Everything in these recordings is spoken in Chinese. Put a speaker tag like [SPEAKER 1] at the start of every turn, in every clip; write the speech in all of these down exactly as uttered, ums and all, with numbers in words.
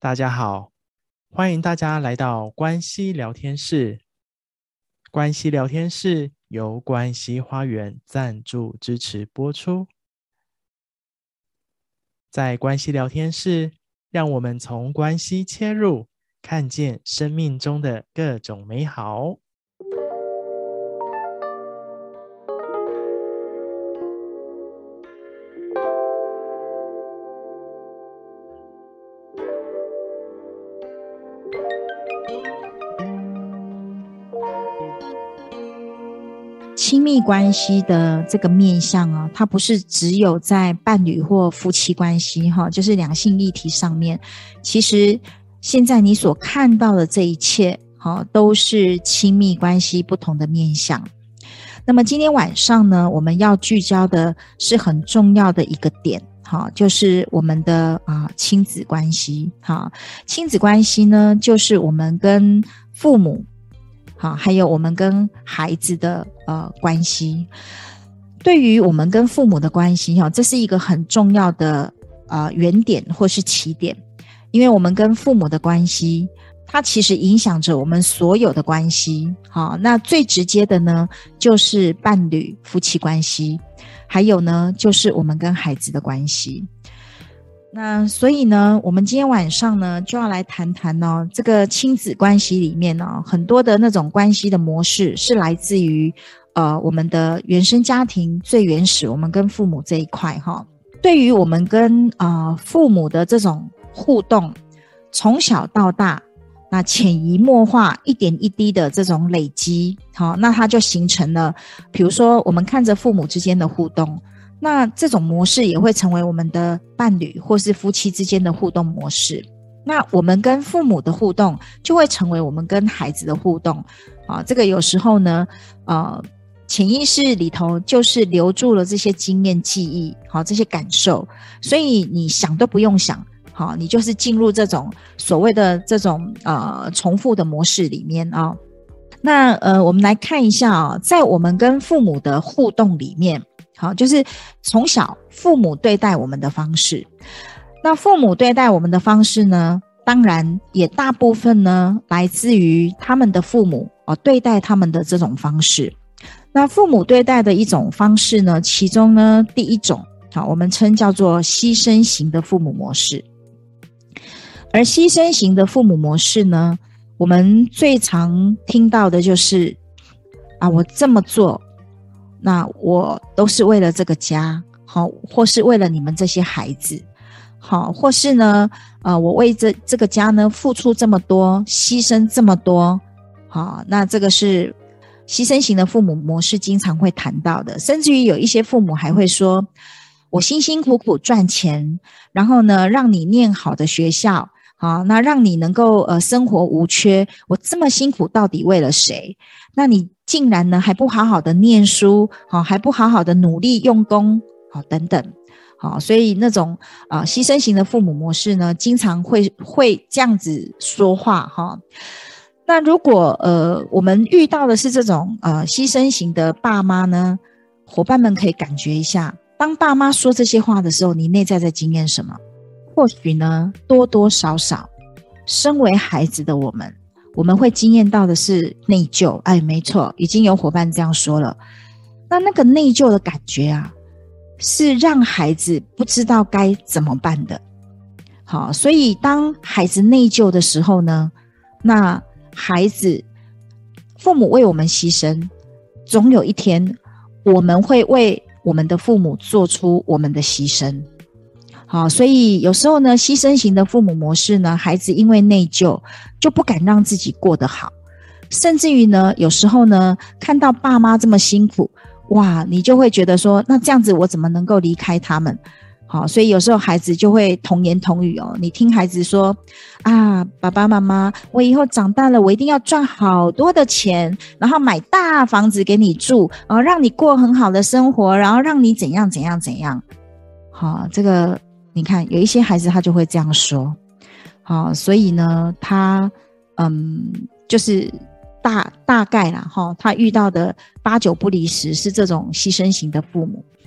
[SPEAKER 1] 大家好，欢迎大家来到关系聊天室。关系聊天室由关系花园赞助支持播出。在关系聊天室，让我们从关系切入，看见生命中的各种美好。
[SPEAKER 2] 亲密关系的这个面向啊，它不是只有在伴侣或夫妻关系哈，就是两性议题上面。其实现在你所看到的这一切哈，都是亲密关系不同的面向。那么今天晚上呢，我们要聚焦的是很重要的一个点哈，就是我们的啊亲子关系哈。亲子关系呢，就是我们跟父母好，还有我们跟孩子的呃关系。对于我们跟父母的关系哈，这是一个很重要的呃原点或是起点，因为我们跟父母的关系，它其实影响着我们所有的关系。好，那最直接的呢，就是伴侣夫妻关系，还有呢，就是我们跟孩子的关系。那所以呢，我们今天晚上呢，就要来谈谈哦，这个亲子关系里面哦，很多的那种关系的模式是来自于呃我们的原生家庭最原始，我们跟父母这一块哈、哦。对于我们跟呃父母的这种互动，从小到大，那潜移默化，一点一滴的这种累积，好、哦，那它就形成了，比如说我们看着父母之间的互动。那这种模式也会成为我们的伴侣或是夫妻之间的互动模式。那我们跟父母的互动就会成为我们跟孩子的互动啊。这个有时候呢，呃，潜意识里头就是留住了这些经验记忆，好、啊，这些感受，所以你想都不用想，好、啊，你就是进入这种所谓的这种呃重复的模式里面啊。那呃，我们来看一下啊，在我们跟父母的互动里面。好，就是从小父母对待我们的方式。那父母对待我们的方式呢，当然也大部分呢来自于他们的父母哦对待他们的这种方式。那父母对待的一种方式呢，其中呢第一种，好，我们称叫做牺牲型的父母模式。而牺牲型的父母模式呢，我们最常听到的就是啊，我这么做。那我都是为了这个家，好，或是为了你们这些孩子，好，或是呢，呃，我为这这个家呢付出这么多，牺牲这么多，好，那这个是牺牲型的父母模式经常会谈到的，甚至于有一些父母还会说，我辛辛苦苦赚钱，然后呢，让你念好的学校，好，那让你能够呃生活无缺，我这么辛苦到底为了谁？那你竟然呢还不好好的念书，好，还不好好的努力用功，好，等等，好，所以那种啊、呃、牺牲型的父母模式呢，经常会会这样子说话哈。那如果呃我们遇到的是这种呃牺牲型的爸妈呢，伙伴们可以感觉一下，当爸妈说这些话的时候，你内在在经验什么？或许呢多多少少，身为孩子的我们。我们会经验到的是内疚，哎，没错，已经有伙伴这样说了。那那个内疚的感觉啊，是让孩子不知道该怎么办的。好，所以当孩子内疚的时候呢，那孩子父母为我们牺牲，总有一天我们会为我们的父母做出我们的牺牲。好，所以有时候呢，牺牲型的父母模式呢，孩子因为内疚就不敢让自己过得好，甚至于呢，有时候呢，看到爸妈这么辛苦，哇，你就会觉得说，那这样子我怎么能够离开他们？好，所以有时候孩子就会童言童语哦，你听孩子说啊，爸爸妈妈，我以后长大了，我一定要赚好多的钱，然后买大房子给你住，然后让你过很好的生活，然后让你怎样怎样怎样。好，这个。你看有一些孩子他就会这样说，好，所以呢他嗯就是大大概啦齁，他遇到的八九不离十是这种牺牲型的父母。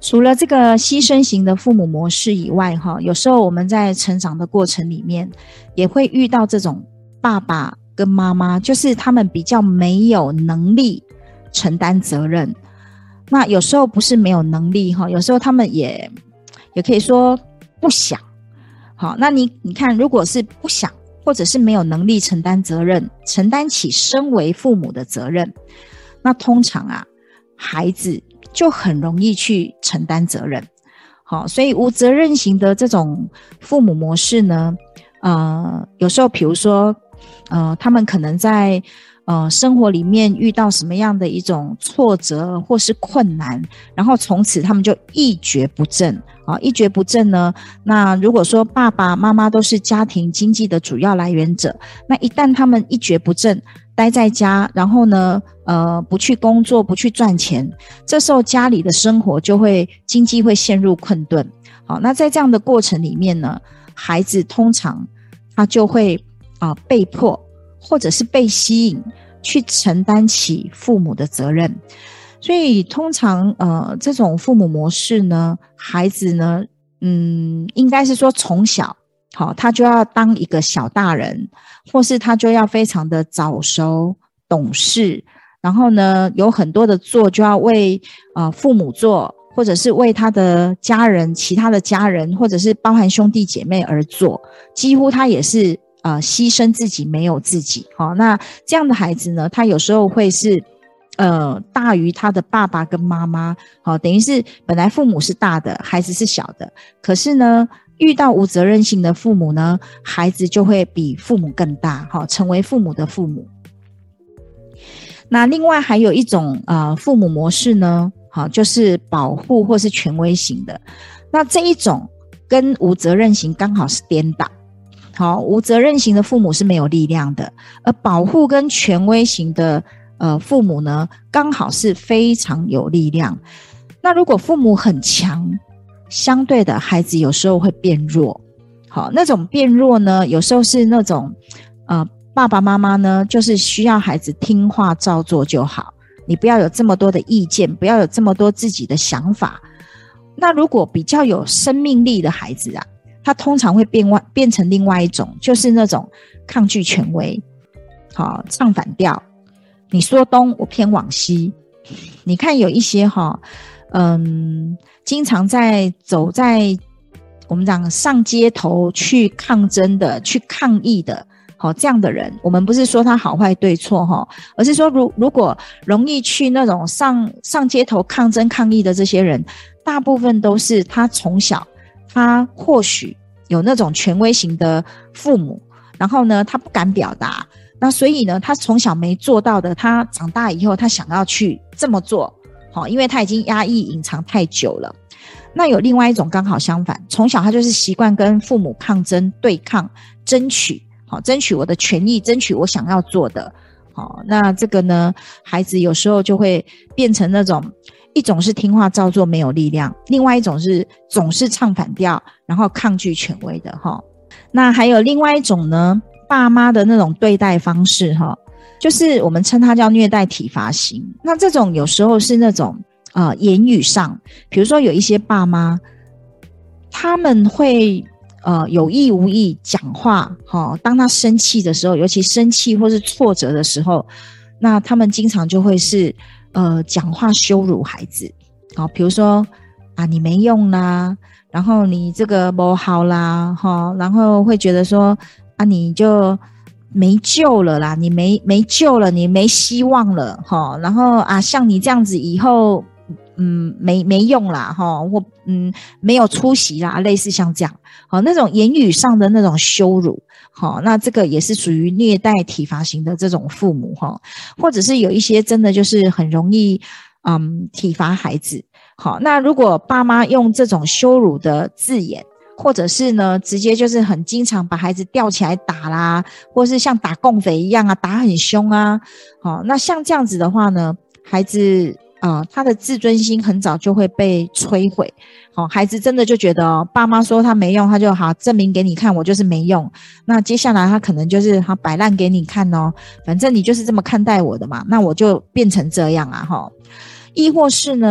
[SPEAKER 2] 除了这个牺牲型的父母模式以外，有时候我们在成长的过程里面也会遇到这种爸爸跟妈妈，就是他们比较没有能力承担责任。那有时候不是没有能力，有时候他们也也可以说不想。好，那你你看，如果是不想或者是没有能力承担责任，承担起身为父母的责任，那通常啊孩子就很容易去承担责任。好，所以无责任型的这种父母模式呢，呃，有时候比如说，呃，他们可能在呃生活里面遇到什么样的一种挫折或是困难，然后从此他们就一蹶不振。啊，一蹶不振呢，那如果说爸爸妈妈都是家庭经济的主要来源者，那一旦他们一蹶不振，待在家，然后呢呃不去工作，不去赚钱，这时候家里的生活就会经济会陷入困顿。好，那在这样的过程里面呢，孩子通常他就会啊、呃、被迫或者是被吸引去承担起父母的责任。所以通常呃这种父母模式呢，孩子呢嗯应该是说从小好，他就要当一个小大人，或是他就要非常的早熟懂事，然后呢有很多的做就要为呃父母做，或者是为他的家人其他的家人，或者是包含兄弟姐妹而做，几乎他也是呃牺牲自己没有自己。好，那这样的孩子呢，他有时候会是呃，大于他的爸爸跟妈妈。好，等于是本来父母是大的，孩子是小的，可是呢遇到无责任性的父母呢，孩子就会比父母更大，好，成为父母的父母。那另外还有一种呃父母模式呢，好，就是保护或是权威型的。那这一种跟无责任型刚好是颠倒。好，无责任型的父母是没有力量的，而保护跟权威型的呃，父母呢，刚好是非常有力量。那如果父母很强，相对的孩子有时候会变弱。好，那种变弱呢，有时候是那种呃，爸爸妈妈呢，就是需要孩子听话照做就好，你不要有这么多的意见，不要有这么多自己的想法。那如果比较有生命力的孩子啊，他通常会变外变成另外一种，就是那种抗拒权威，好，唱反调。你说东，我偏往西。你看有一些哈，嗯，经常在走在我们讲上街头去抗争的、去抗议的，好，这样的人，我们不是说他好坏对错哈，而是说如如果容易去那种上上街头抗争抗议的这些人，大部分都是他从小他或许有那种权威型的父母，然后呢，他不敢表达。那所以呢，他从小没做到的，他长大以后他想要去这么做，好，因为他已经压抑隐藏太久了。那有另外一种刚好相反，从小他就是习惯跟父母抗争、对抗、争取，好，争取我的权益，争取我想要做的。好，那这个呢，孩子有时候就会变成那种，一种是听话照做没有力量，另外一种是总是唱反调，然后抗拒权威的哈。那还有另外一种呢，爸妈的那种对待方式哈，就是我们称它叫虐待体罚型。那这种有时候是那种呃言语上，比如说有一些爸妈，他们会呃有意无意讲话哈，当他生气的时候，尤其生气或是挫折的时候，那他们经常就会是呃讲话羞辱孩子，好，比如说啊你没用啦，然后你这个不好啦哈，然后会觉得说啊你就没救了啦，你没没救了，你没希望了哈，然后啊像你这样子以后嗯没没用啦哈，或嗯没有出息啦，类似像这样，好，那种言语上的那种羞辱，好，那这个也是属于虐待体罚型的这种父母哈，或者是有一些真的就是很容易嗯体罚孩子，好，那如果爸妈用这种羞辱的字眼，或者是呢直接就是很经常把孩子吊起来打啦，或是像打共匪一样啊，打很凶啊，好，那像这样子的话呢，孩子呃他的自尊心很早就会被摧毁，好，孩子真的就觉得哦，爸妈说他没用，他就好证明给你看我就是没用，那接下来他可能就是好摆烂给你看哦，反正你就是这么看待我的嘛，那我就变成这样啊齁。亦或是呢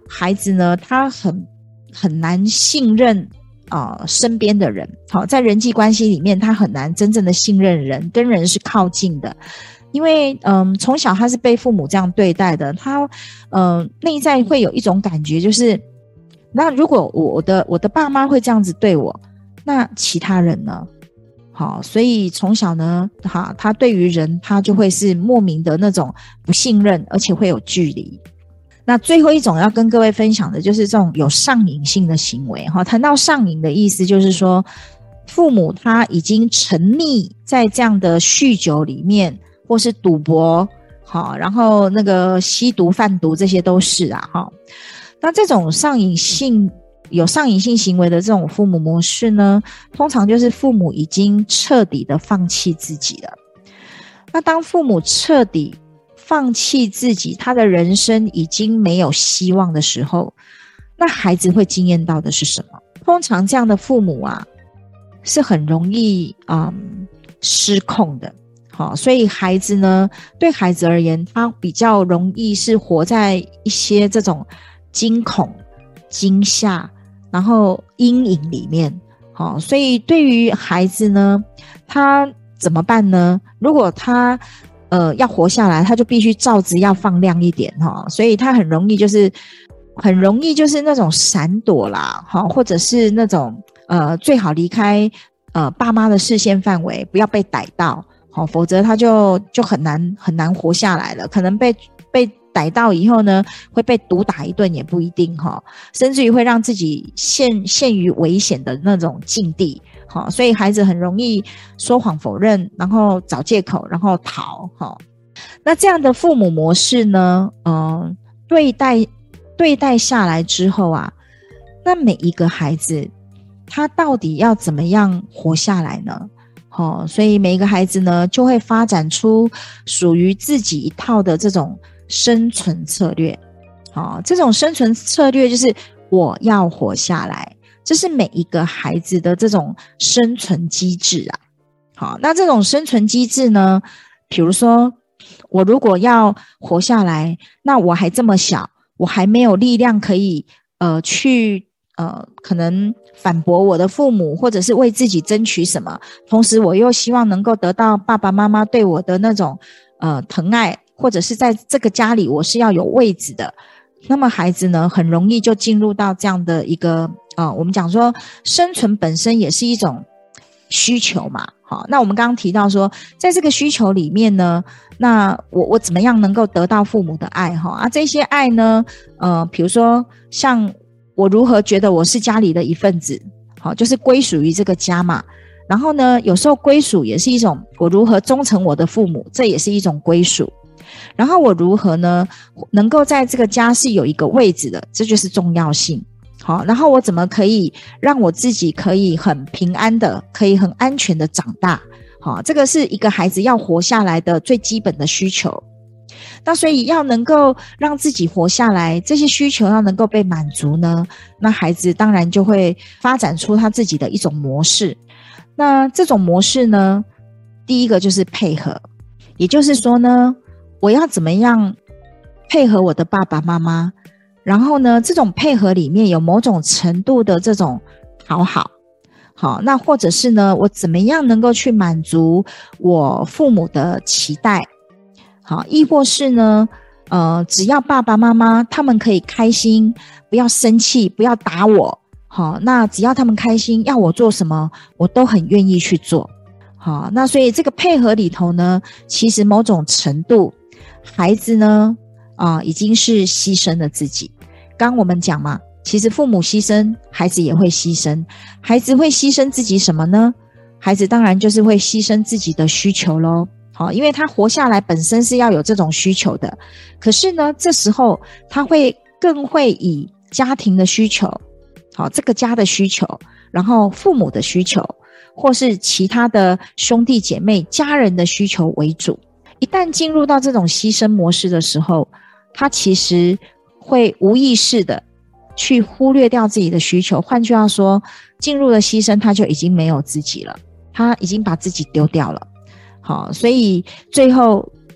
[SPEAKER 2] 孩子呢，他很很难信任呃身边的人，好，在人际关系里面，他很难真正的信任人，跟人是靠近的。因为嗯，从小他是被父母这样对待的，他嗯、呃、内在会有一种感觉，就是那如果我的我的爸妈会这样子对我，那其他人呢？好，所以从小呢，哈，他对于人他就会是莫名的那种不信任，而且会有距离。那最后一种要跟各位分享的就是这种有上瘾性的行为哈。谈到上瘾的意思，就是说父母他已经沉溺在这样的酗酒里面，或是赌博，好，然后那个吸毒贩毒，这些都是啊哈。那这种上瘾性有上瘾性行为的这种父母模式呢，通常就是父母已经彻底的放弃自己了。那当父母彻底放弃自己，他的人生已经没有希望的时候，那孩子会经验到的是什么？通常这样的父母啊，是很容易嗯失控的。好，所以孩子呢，对孩子而言，他比较容易是活在一些这种惊恐、惊吓，然后阴影里面。好，所以对于孩子呢，他怎么办呢？如果他呃要活下来，他就必须罩子要放亮一点哈，所以他很容易就是很容易就是那种闪躲啦，哈，或者是那种呃最好离开呃爸妈的视线范围，不要被逮到。好，否则他就就很难很难活下来了，可能被被逮到以后呢，会被毒打一顿也不一定哈，甚至于会让自己陷陷于危险的那种境地。好，所以孩子很容易说谎否认，然后找借口，然后逃。好，那这样的父母模式呢，嗯、呃，对待对待下来之后啊，那每一个孩子他到底要怎么样活下来呢？哦，所以每一个孩子呢，就会发展出属于自己一套的这种生存策略。哦，这种生存策略就是我要活下来，这是每一个孩子的这种生存机制啊。好，那这种生存机制呢，比如说我如果要活下来，那我还这么小，我还没有力量可以呃去呃可能反驳我的父母，或者是为自己争取什么，同时我又希望能够得到爸爸妈妈对我的那种呃疼爱，或者是在这个家里我是要有位置的，那么孩子呢很容易就进入到这样的一个呃我们讲说生存本身也是一种需求嘛。好，那我们刚刚提到说在这个需求里面呢，那我我怎么样能够得到父母的爱哈啊？这些爱呢呃比如说像我如何觉得我是家里的一份子，好，就是归属于这个家嘛。然后呢，有时候归属也是一种我如何忠诚我的父母，这也是一种归属。然后我如何呢，能够在这个家是有一个位置的，这就是重要性。好，然后我怎么可以让我自己可以很平安的，可以很安全的长大。好，这个是一个孩子要活下来的最基本的需求。那所以要能够让自己活下来，这些需求要能够被满足呢，那孩子当然就会发展出他自己的一种模式。那这种模式呢，第一个就是配合，也就是说呢，我要怎么样配合我的爸爸妈妈，然后呢，这种配合里面有某种程度的这种讨好。好，那或者是呢，我怎么样能够去满足我父母的期待。好，亦或是呢呃，只要爸爸妈妈他们可以开心，不要生气，不要打我，好，那只要他们开心，要我做什么我都很愿意去做。好，那所以这个配合里头呢，其实某种程度孩子呢啊、呃，已经是牺牲了自己。刚刚我们讲嘛，其实父母牺牲，孩子也会牺牲。孩子会牺牲自己什么呢？孩子当然就是会牺牲自己的需求咯。好，因为他活下来本身是要有这种需求的，可是呢，这时候他会更会以家庭的需求，好，这个家的需求，然后父母的需求，或是其他的兄弟姐妹、家人的需求为主。一旦进入到这种牺牲模式的时候，他其实会无意识的去忽略掉自己的需求。换句话说，进入了牺牲，他就已经没有自己了，他已经把自己丢掉了。好，所以最后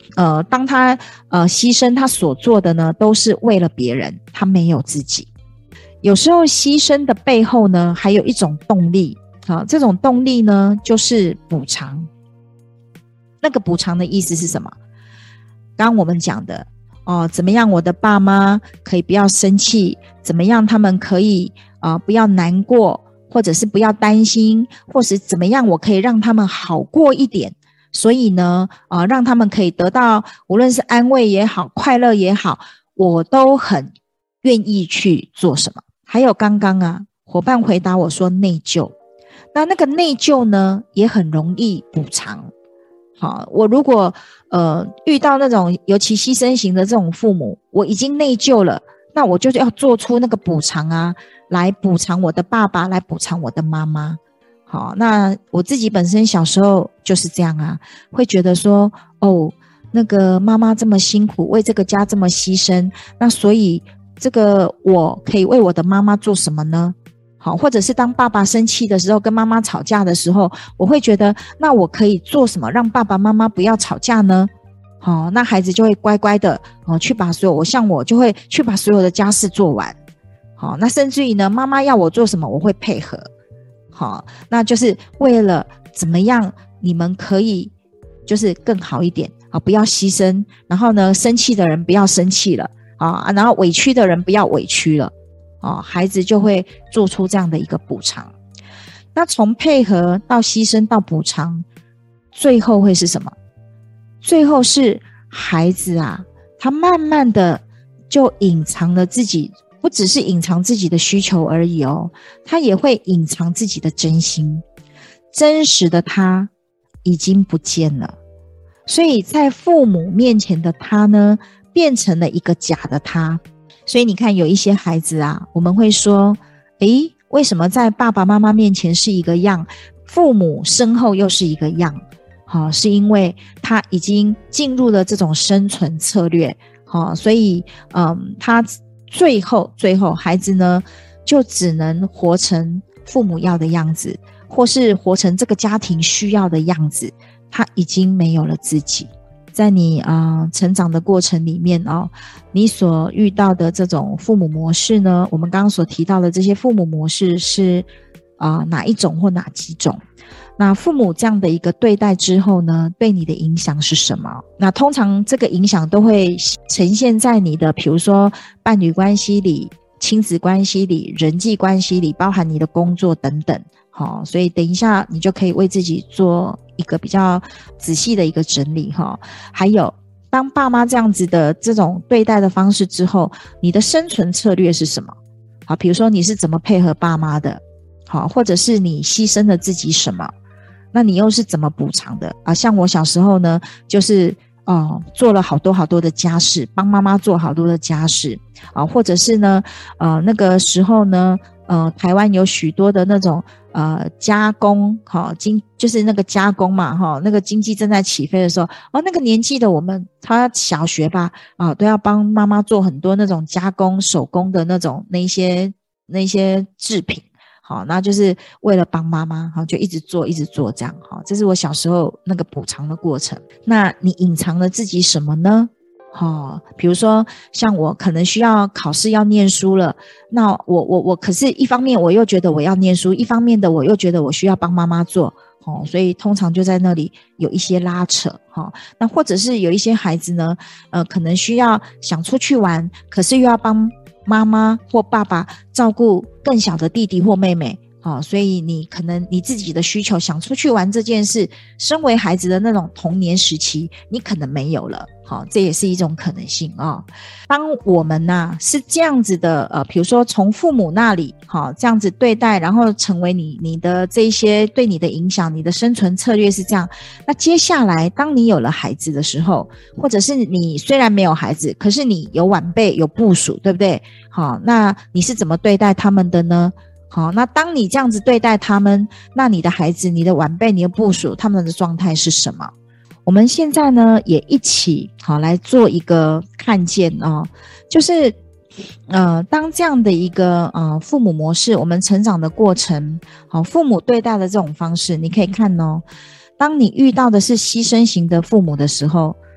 [SPEAKER 2] 呃，当他呃牺牲他所做的呢，都是为了别人，他没有自己。有时候牺牲的背后呢，还有一种动力，好，这种动力呢，就是补偿。那个补偿的意思是什么？刚刚我们讲的哦，怎么样我的爸妈可以不要生气，怎么样他们可以啊、呃、不要难过，或者是不要担心，或是怎么样我可以让他们好过一点。所以呢啊、呃、让他们可以得到无论是安慰也好，快乐也好，我都很愿意去做什么。还有刚刚啊伙伴回答我说内疚，那那个内疚呢也很容易补偿。好，我如果呃遇到那种尤其牺牲型的这种父母，我已经内疚了，那我就要做出那个补偿啊，来补偿我的爸爸，来补偿我的妈妈。好，那我自己本身小时候就是这样啊，会觉得说哦，那个妈妈这么辛苦，为这个家这么牺牲，那所以这个我可以为我的妈妈做什么呢？好，或者是当爸爸生气的时候，跟妈妈吵架的时候，我会觉得那我可以做什么让爸爸妈妈不要吵架呢？好，那孩子就会乖乖的哦，去把所有我像我就会去把所有的家事做完。好，那甚至于呢，妈妈要我做什么，我会配合。好，那就是为了怎么样你们可以就是更好一点啊，不要牺牲，然后呢，生气的人不要生气了啊，然后委屈的人不要委屈了啊，孩子就会做出这样的一个补偿。那从配合到牺牲到补偿，最后会是什么？最后是孩子啊，他慢慢的就隐藏了自己，不只是隐藏自己的需求而已哦，他也会隐藏自己的真心，真实的他已经不见了。所以在父母面前的他呢，变成了一个假的他。所以你看有一些孩子啊，我们会说诶，为什么在爸爸妈妈面前是一个样，父母身后又是一个样？好，是因为他已经进入了这种生存策略。好，所以嗯，他最后最后孩子呢就只能活成父母要的样子，或是活成这个家庭需要的样子，他已经没有了自己。在你啊、呃、成长的过程里面哦，你所遇到的这种父母模式呢，我们刚刚所提到的这些父母模式是啊、呃、哪一种或哪几种？那父母这样的一个对待之后呢，对你的影响是什么？那通常这个影响都会呈现在你的比如说伴侣关系里、亲子关系里、人际关系里，包含你的工作等等。好，所以等一下你就可以为自己做一个比较仔细的一个整理哈。还有当爸妈这样子的这种对待的方式之后，你的生存策略是什么？好，比如说你是怎么配合爸妈的？好，或者是你牺牲了自己什么？那你又是怎么补偿的啊？像我小时候呢，就是哦做了好多好多的家事，帮妈妈做好多的家事啊，或者是呢，呃那个时候呢，呃台湾有许多的那种呃加工，好、哦、经就是那个加工嘛，哈、哦，那个经济正在起飞的时候，哦那个年纪的我们，他小学吧，啊、哦、都要帮妈妈做很多那种加工手工的那种那些那些制品。好，那就是为了帮妈妈，好，就一直做一直做这样。好，这是我小时候那个补偿的过程。那你隐藏了自己什么呢？好，比如说像我可能需要考试要念书了，那我我我可是一方面我又觉得我要念书，一方面的我又觉得我需要帮妈妈做。哦，所以通常就在那里有一些拉扯。哦，那或者是有一些孩子呢，呃，可能需要想出去玩，可是又要帮妈妈或爸爸照顾更小的弟弟或妹妹。好、哦，所以你可能你自己的需求想出去玩这件事，身为孩子的那种童年时期，你可能没有了。好、哦，这也是一种可能性啊、哦。当我们呐、啊、是这样子的，呃，比如说从父母那里，好、哦、这样子对待，然后成为你你的这些对你的影响，你的生存策略是这样。那接下来，当你有了孩子的时候，或者是你虽然没有孩子，可是你有晚辈有部属，对不对？好、哦，那你是怎么对待他们的呢？好，那当你这样子对待他们，那你的孩子、你的晚辈、你的部属，他们的状态是什么？我们现在呢，也一起好来做一个看见哦，就是呃，当这样的一个呃父母模式，我们成长的过程，好，父母对待的这种方式，你可以看哦，当你遇到的是牺牲型的父母的时候，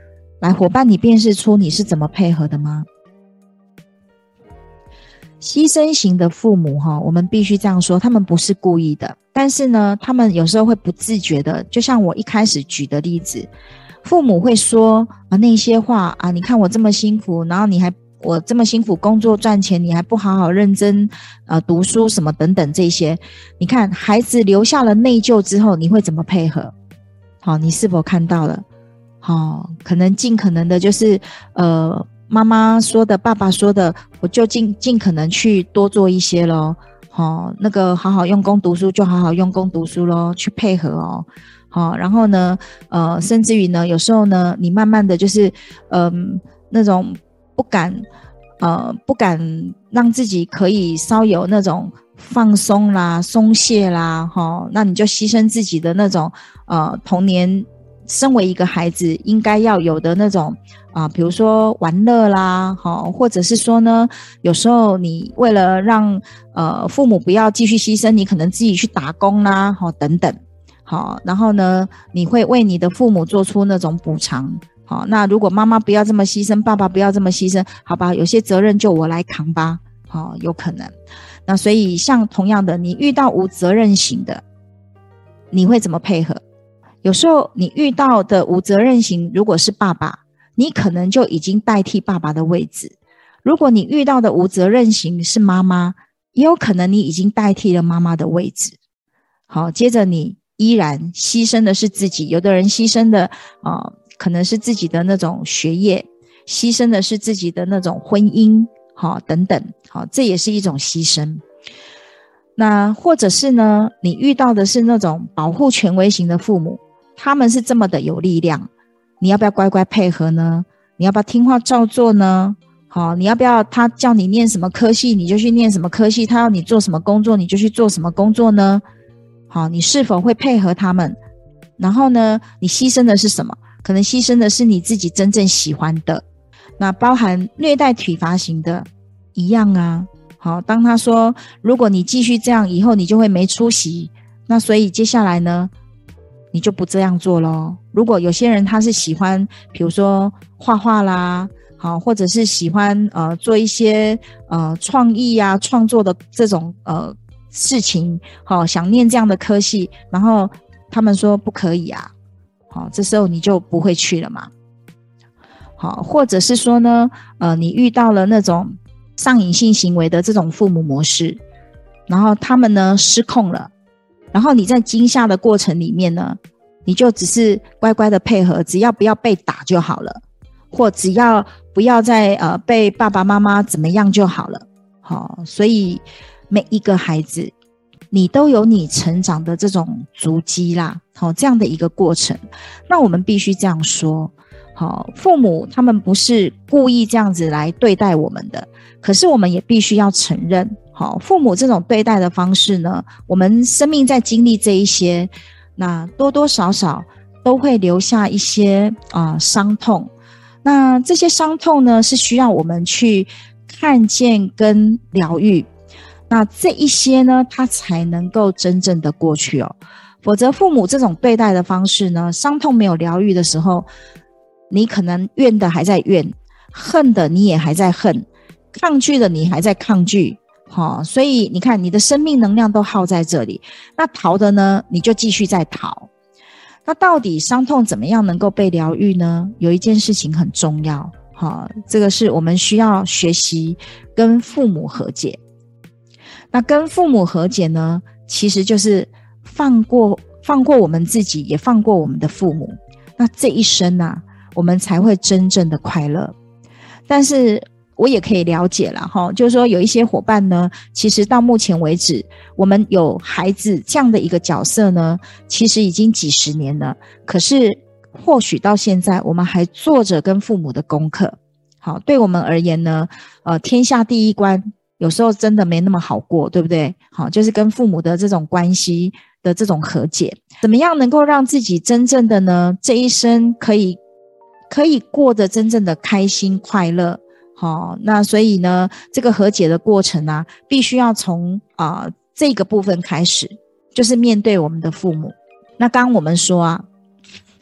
[SPEAKER 2] 来，伙伴，你辨识出你是怎么配合的吗？牺牲型的父母哈，我们必须这样说，他们不是故意的，但是呢，他们有时候会不自觉的，就像我一开始举的例子，父母会说啊那些话啊，你看我这么辛苦，然后你还我这么辛苦工作赚钱，你还不好好认真呃读书什么等等这些，你看孩子留下了内疚之后，你会怎么配合？好，你是否看到了？好，可能尽可能的就是呃。妈妈说的，爸爸说的，我就尽尽可能去多做一些咯。哦，那个好好用功读书就好好用功读书咯，去配合哦。好、哦，然后呢，呃，甚至于呢，有时候呢，你慢慢的就是，嗯、呃，那种不敢，呃，不敢让自己可以稍有那种放松啦、松懈啦，哈、哦，那你就牺牲自己的那种，呃，童年。身为一个孩子应该要有的那种啊、呃，比如说玩乐啦，好、哦，或者是说呢，有时候你为了让呃父母不要继续牺牲，你可能自己去打工啦，好、哦、等等，好、哦，然后呢，你会为你的父母做出那种补偿，好、哦，那如果妈妈不要这么牺牲，爸爸不要这么牺牲，好吧，有些责任就我来扛吧，好、哦，有可能。那所以像同样的，你遇到无责任型的，你会怎么配合？有时候你遇到的无责任型，如果是爸爸，你可能就已经代替爸爸的位置；如果你遇到的无责任型是妈妈，也有可能你已经代替了妈妈的位置。好，接着你依然牺牲的是自己，有的人牺牲的呃，可能是自己的那种学业，牺牲的是自己的那种婚姻，好，等等，好，这也是一种牺牲。那或者是呢，你遇到的是那种保护权威型的父母，他们是这么的有力量，你要不要乖乖配合呢？你要不要听话照做呢？好，你要不要他叫你念什么科系你就去念什么科系，他要你做什么工作你就去做什么工作呢？好，你是否会配合他们？然后呢，你牺牲的是什么？可能牺牲的是你自己真正喜欢的。那包含虐待体罚型的一样啊。好，当他说如果你继续这样以后你就会没出息，那所以接下来呢你就不这样做咯。如果有些人他是喜欢比如说画画啦，好，或者是喜欢呃做一些呃创意啊创作的这种呃事情，好，想念这样的科系，然后他们说不可以啊，好，这时候你就不会去了嘛。好，或者是说呢呃你遇到了那种上瘾性行为的这种父母模式，然后他们呢失控了，然后你在惊吓的过程里面呢，你就只是乖乖的配合，只要不要被打就好了，或只要不要再呃被爸爸妈妈怎么样就好了。好，所以每一个孩子你都有你成长的这种足迹啦，好，这样的一个过程。那我们必须这样说，好，父母他们不是故意这样子来对待我们的，可是我们也必须要承认，好，父母这种对待的方式呢，我们生命在经历这一些，那多多少少都会留下一些啊、呃、伤痛。那这些伤痛呢，是需要我们去看见跟疗愈。那这一些呢，它才能够真正的过去哦。否则父母这种对待的方式呢，伤痛没有疗愈的时候，你可能怨的还在怨，恨的你也还在恨，抗拒的你还在抗拒，哦，所以你看你的生命能量都耗在这里，那逃的呢你就继续在逃。那到底伤痛怎么样能够被疗愈呢？有一件事情很重要，哦，这个是我们需要学习跟父母和解。那跟父母和解呢，其实就是放过放过我们自己，也放过我们的父母，那这一生啊我们才会真正的快乐。但是我也可以了解啦，就是说有一些伙伴呢，其实到目前为止我们有孩子这样的一个角色呢，其实已经几十年了，可是或许到现在我们还做着跟父母的功课。好，对我们而言呢，呃，天下第一关有时候真的没那么好过，对不对？好，就是跟父母的这种关系的这种和解，怎么样能够让自己真正的呢，这一生可以可以过得真正的开心快乐。好，那所以呢，这个和解的过程啊，必须要从啊、呃、这个部分开始，就是面对我们的父母。那刚刚我们说啊，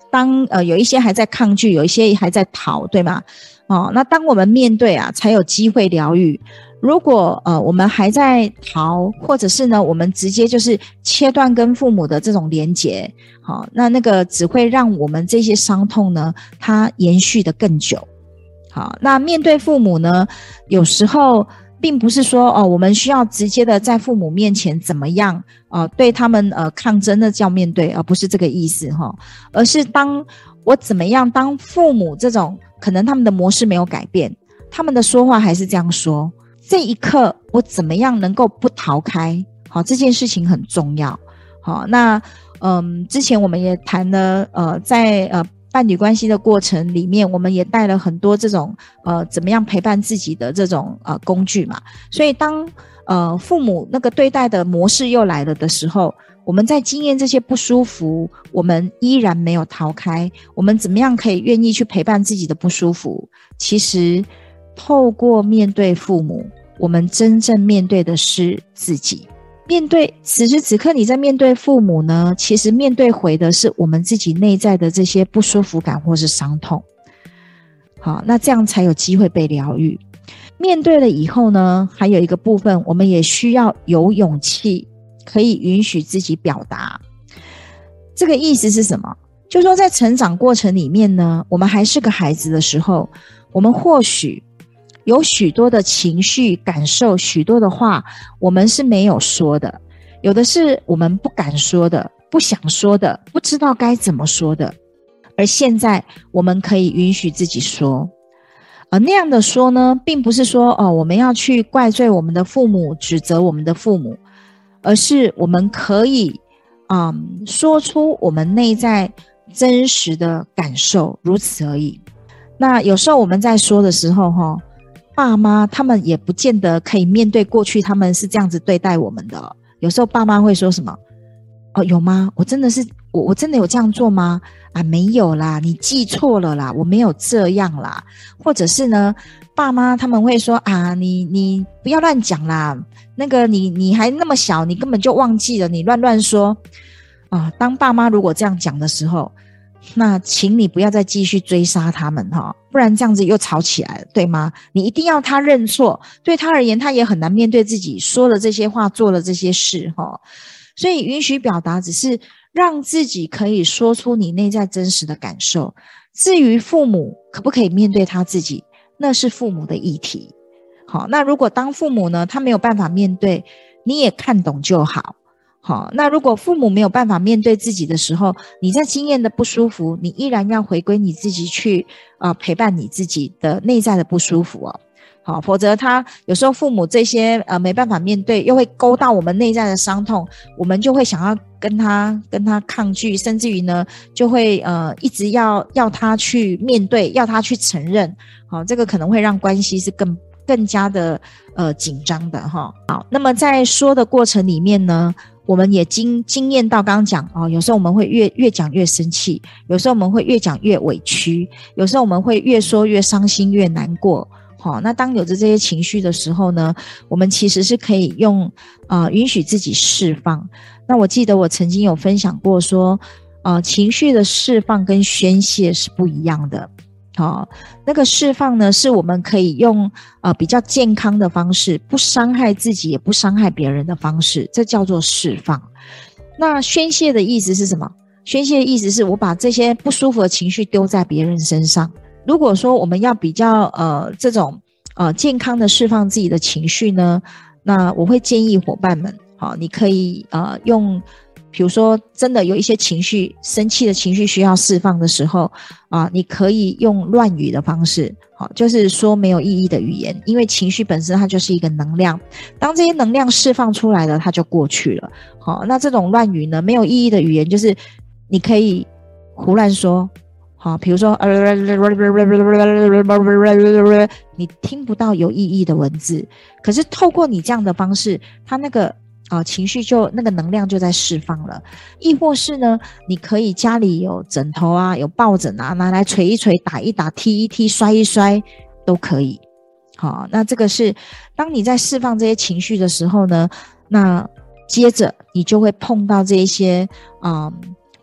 [SPEAKER 2] 当呃有一些还在抗拒，有一些还在逃，对吗？哦，那当我们面对啊，才有机会疗愈。如果呃我们还在逃，或者是呢我们直接就是切断跟父母的这种连结，好、哦，那那个只会让我们这些伤痛呢它延续的更久。好，那面对父母呢，有时候并不是说哦我们需要直接的在父母面前怎么样呃对他们呃抗争的叫面对，而不是这个意思哈、哦，而是当我怎么样当父母这种可能他们的模式没有改变，他们的说话还是这样说，这一刻我怎么样能够不逃开？好，这件事情很重要。好，那嗯，之前我们也谈了，呃，在呃伴侣关系的过程里面，我们也带了很多这种呃怎么样陪伴自己的这种呃工具嘛。所以当呃父母那个对待的模式又来了的时候，我们在经验这些不舒服，我们依然没有逃开，我们怎么样可以愿意去陪伴自己的不舒服？其实透过面对父母，我们真正面对的是自己。面对此时此刻你在面对父母呢，其实面对回的是我们自己内在的这些不舒服感或是伤痛。好，那这样才有机会被疗愈。面对了以后呢，还有一个部分，我们也需要有勇气可以允许自己表达。这个意思是什么？就是说在成长过程里面呢，我们还是个孩子的时候，我们或许有许多的情绪感受，许多的话我们是没有说的，有的是我们不敢说的，不想说的，不知道该怎么说的。而现在我们可以允许自己说，而那样的说呢，并不是说哦，我们要去怪罪我们的父母，指责我们的父母，而是我们可以嗯，说出我们内在真实的感受，如此而已。那有时候我们在说的时候齁，爸妈他们也不见得可以面对过去他们是这样子对待我们的。有时候爸妈会说什么，哦，有吗？我真的是我我真的有这样做吗？啊，没有啦，你记错了啦，我没有这样啦。或者是呢，爸妈他们会说啊，你你不要乱讲啦，那个你你还那么小，你根本就忘记了，你乱乱说啊。当爸妈如果这样讲的时候，那请你不要再继续追杀他们哈，不然这样子又吵起来了，对吗？你一定要他认错，对他而言他也很难面对自己说了这些话，做了这些事哈。所以允许表达只是让自己可以说出你内在真实的感受，至于父母可不可以面对他自己，那是父母的议题。好，那如果当父母呢，他没有办法面对，你也看懂就好。好，那如果父母没有办法面对自己的时候，你在经验的不舒服，你依然要回归你自己去呃陪伴你自己的内在的不舒服哦。好，否则他有时候父母这些呃没办法面对，又会勾到我们内在的伤痛，我们就会想要跟他跟他抗拒，甚至于呢就会呃一直要要他去面对，要他去承认。好，这个可能会让关系是更更加的呃紧张的哈。好，那么在说的过程里面呢，我们也经经验到刚刚讲哦，有时候我们会越越讲越生气，有时候我们会越讲越委屈，有时候我们会越说越伤心越难过。好，那当有着这些情绪的时候呢，我们其实是可以用呃允许自己释放。那我记得我曾经有分享过说呃情绪的释放跟宣泄是不一样的。好，那个释放呢是我们可以用呃比较健康的方式，不伤害自己也不伤害别人的方式，这叫做释放。那宣泄的意思是什么？宣泄的意思是我把这些不舒服的情绪丢在别人身上。如果说我们要比较呃这种呃健康的释放自己的情绪呢，那我会建议伙伴们，好，你可以呃用比如说真的有一些情绪生气的情绪需要释放的时候啊、呃，你可以用乱语的方式，好，就是说没有意义的语言，因为情绪本身它就是一个能量，当这些能量释放出来了，它就过去了。好，那这种乱语呢，没有意义的语言就是你可以胡乱说。好，比如说你听不到有意义的文字，可是透过你这样的方式，它那个呃情绪就那个能量就在释放了。亦或是呢，你可以家里有枕头啊，有抱枕啊，拿来捶一捶，打一打，踢一踢，摔一摔都可以。好，那这个是当你在释放这些情绪的时候呢，那接着你就会碰到这些嗯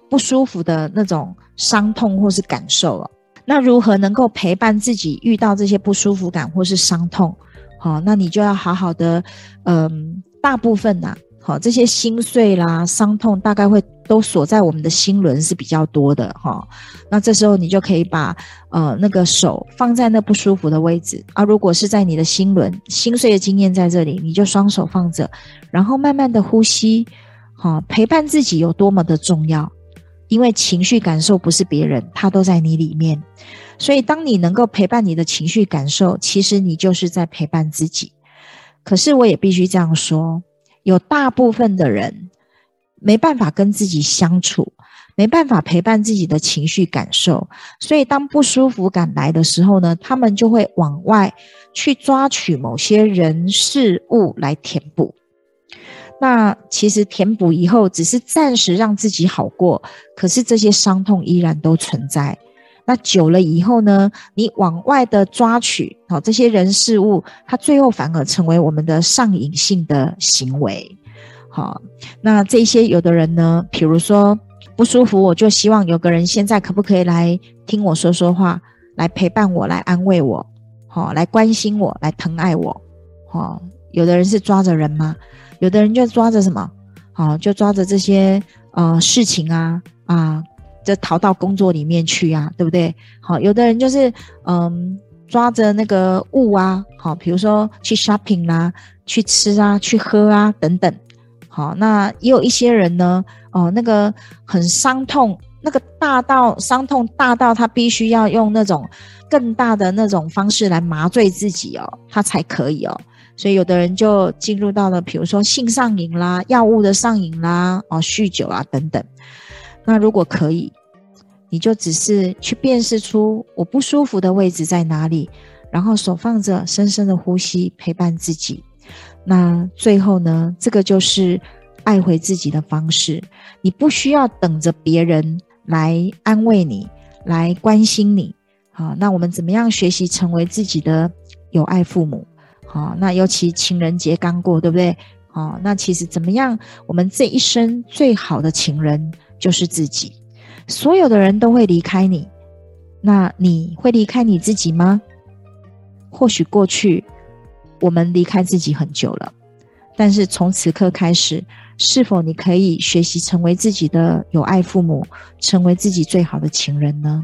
[SPEAKER 2] 不舒服的那种伤痛或是感受哦。那如何能够陪伴自己遇到这些不舒服感或是伤痛？好，那你就要好好的，嗯，大部分呐、啊，好，这些心碎啦、伤痛大概会都锁在我们的心轮是比较多的哈。那这时候你就可以把呃那个手放在那不舒服的位置啊，如果是在你的心轮，心碎的经验在这里，你就双手放着，然后慢慢的呼吸，好，陪伴自己有多么的重要。因为情绪感受不是别人，它都在你里面，所以当你能够陪伴你的情绪感受，其实你就是在陪伴自己。可是我也必须这样说，有大部分的人没办法跟自己相处，没办法陪伴自己的情绪感受，所以当不舒服感来的时候呢，他们就会往外去抓取某些人事物来填补。那其实填补以后只是暂时让自己好过，可是这些伤痛依然都存在。那久了以后呢，你往外的抓取、哦、这些人事物，它最后反而成为我们的上瘾性的行为。好，那这些有的人呢，比如说不舒服，我就希望有个人现在可不可以来听我说说话，来陪伴我，来安慰我、哦、来关心我，来疼爱我、哦、有的人是抓着人吗？有的人就抓着什么、哦、就抓着这些呃事情啊啊，就逃到工作里面去啊，对不对？好，有的人就是嗯抓着那个物啊，好，比如说去 shopping 啦、去吃啊、去喝啊等等。好，那也有一些人呢，哦，那个很伤痛，那个大到伤痛大到他必须要用那种更大的那种方式来麻醉自己哦，他才可以哦。所以有的人就进入到了比如说性上瘾啦、药物的上瘾啦、哦、酗酒啊等等。那如果可以，你就只是去辨识出我不舒服的位置在哪里，然后手放着，深深的呼吸，陪伴自己。那最后呢，这个就是爱回自己的方式。你不需要等着别人来安慰你，来关心你。好，那我们怎么样学习成为自己的有爱父母？好，那尤其情人节刚过，对不对？好，那其实怎么样，我们这一生最好的情人就是自己。所有的人都会离开你，那你会离开你自己吗？或许过去我们离开自己很久了，但是从此刻开始，是否你可以学习成为自己的有爱父母，成为自己最好的情人呢？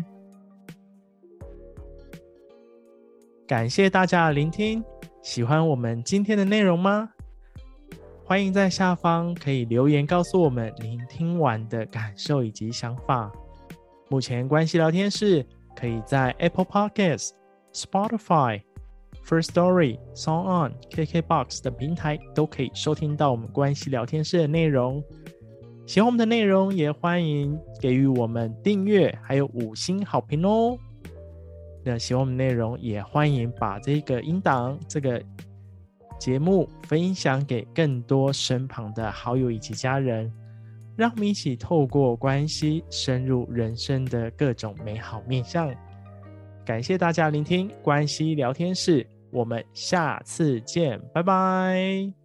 [SPEAKER 1] 感谢大家的聆听，喜欢我们今天的内容吗？欢迎在下方可以留言告诉我们聆听完的感受以及想法。目前关系聊天室可以在 Apple Podcasts、Spotify、Firstory、SoundOn、K K B O X 等平台都可以收听到我们关系聊天室的内容。喜欢我们的内容也欢迎给予我们订阅还有五星好评哦。那喜欢我们内容也欢迎把这个音档这个节目分享给更多身旁的好友以及家人，让我们一起透过关系深入人生的各种美好面向。感谢大家聆听关系聊天室，我们下次见，拜拜。